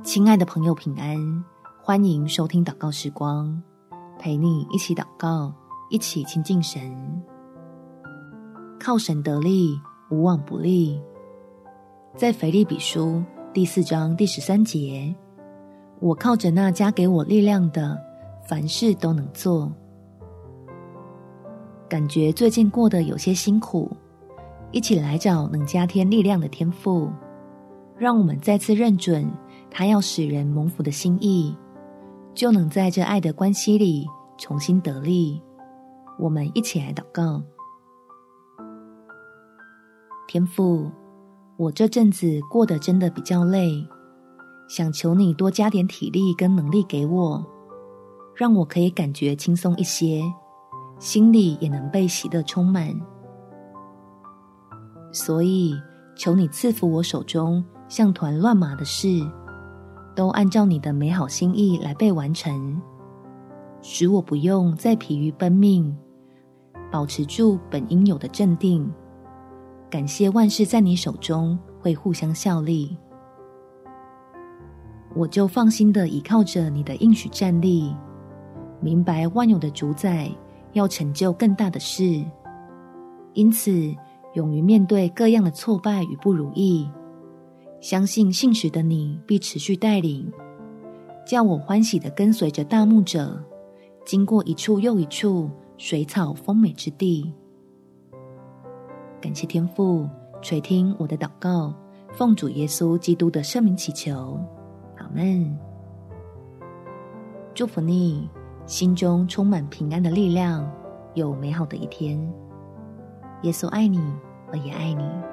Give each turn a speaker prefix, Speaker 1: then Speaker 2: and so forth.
Speaker 1: 亲爱的朋友平安，欢迎收听祷告时光，陪你一起祷告，一起亲近神。靠神得力，无往不利。在腓立比书第4章第13节，我靠着那加给我力量的，凡事都能做。感觉最近过得有些辛苦，一起来找能加添力量的天父，让我们再次认准他要使人蒙福的心意，就能在这爱的关系里重新得力。我们一起来祷告。天父，我这阵子过得真的比较累，想求你多加点体力跟能力给我，让我可以感觉轻松一些，心里也能被喜乐充满。所以求你赐福我手中像团乱麻的事，都按照你的美好心意来被完成，使我不用再疲于奔命，保持住本应有的镇定。感谢万事在你手中会互相效力，我就放心地倚靠着你的应许站立，明白万有的主宰要成就更大的事，因此勇于面对各样的挫败与不如意，相信信实的你必持续带领，叫我欢喜地跟随着大牧者，经过一处又一处水草丰美之地。感谢天父垂听我的祷告，奉主耶稣基督的圣名祈求，阿们。祝福你心中充满平安的力量，有美好的一天。耶稣爱你，我也爱你。